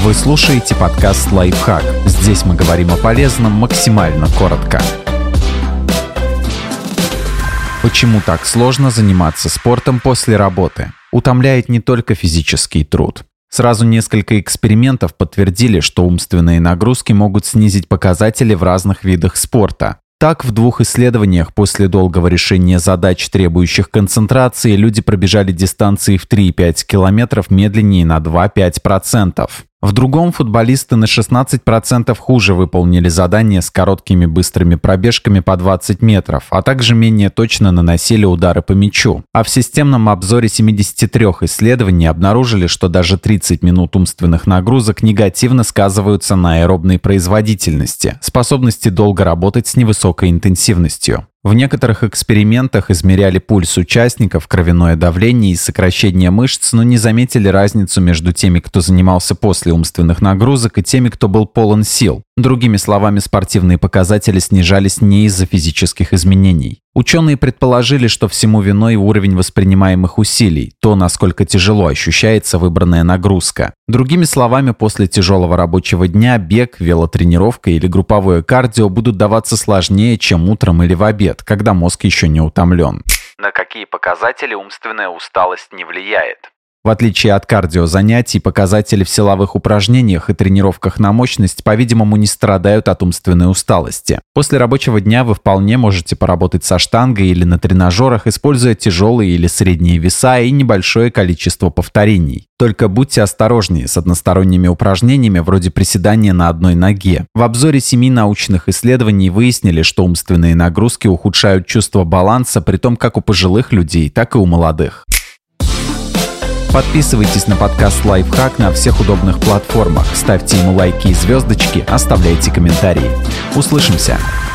Вы слушаете подкаст «Лайфхак». Здесь мы говорим о полезном максимально коротко. Почему так сложно заниматься спортом после работы? Утомляет не только физический труд. Сразу несколько экспериментов подтвердили, что умственные нагрузки могут снизить показатели в разных видах спорта. Так, в 2 исследованиях после долгого решения задач, требующих концентрации, люди пробежали дистанции в 3,5 километров медленнее на 2,5%. В другом футболисты на 16% хуже выполнили задания с короткими быстрыми пробежками по 20 метров, а также менее точно наносили удары по мячу. А в системном обзоре 73 исследований обнаружили, что даже 30 минут умственных нагрузок негативно сказываются на аэробной производительности, способности долго работать с невысокой интенсивностью. В некоторых экспериментах измеряли пульс участников, кровяное давление и сокращение мышц, но не заметили разницу между теми, кто занимался после умственных нагрузок, и теми, кто был полон сил. Другими словами, спортивные показатели снижались не из-за физических изменений. Ученые предположили, что всему виной уровень воспринимаемых усилий, то, насколько тяжело ощущается выбранная нагрузка. Другими словами, после тяжелого рабочего дня бег, велотренировка или групповое кардио будут даваться сложнее, чем утром или в обед, когда мозг еще не утомлен. На какие показатели умственная усталость не влияет? В отличие от кардиозанятий, показатели в силовых упражнениях и тренировках на мощность, по-видимому, не страдают от умственной усталости. После рабочего дня вы вполне можете поработать со штангой или на тренажерах, используя тяжелые или средние веса и небольшое количество повторений. Только будьте осторожнее с односторонними упражнениями вроде приседания на одной ноге. В обзоре 7 научных исследований выяснили, что умственные нагрузки ухудшают чувство баланса, притом как у пожилых людей, так и у молодых. Подписывайтесь на подкаст «Лайфхак» на всех удобных платформах, ставьте ему лайки и звездочки, оставляйте комментарии. Услышимся!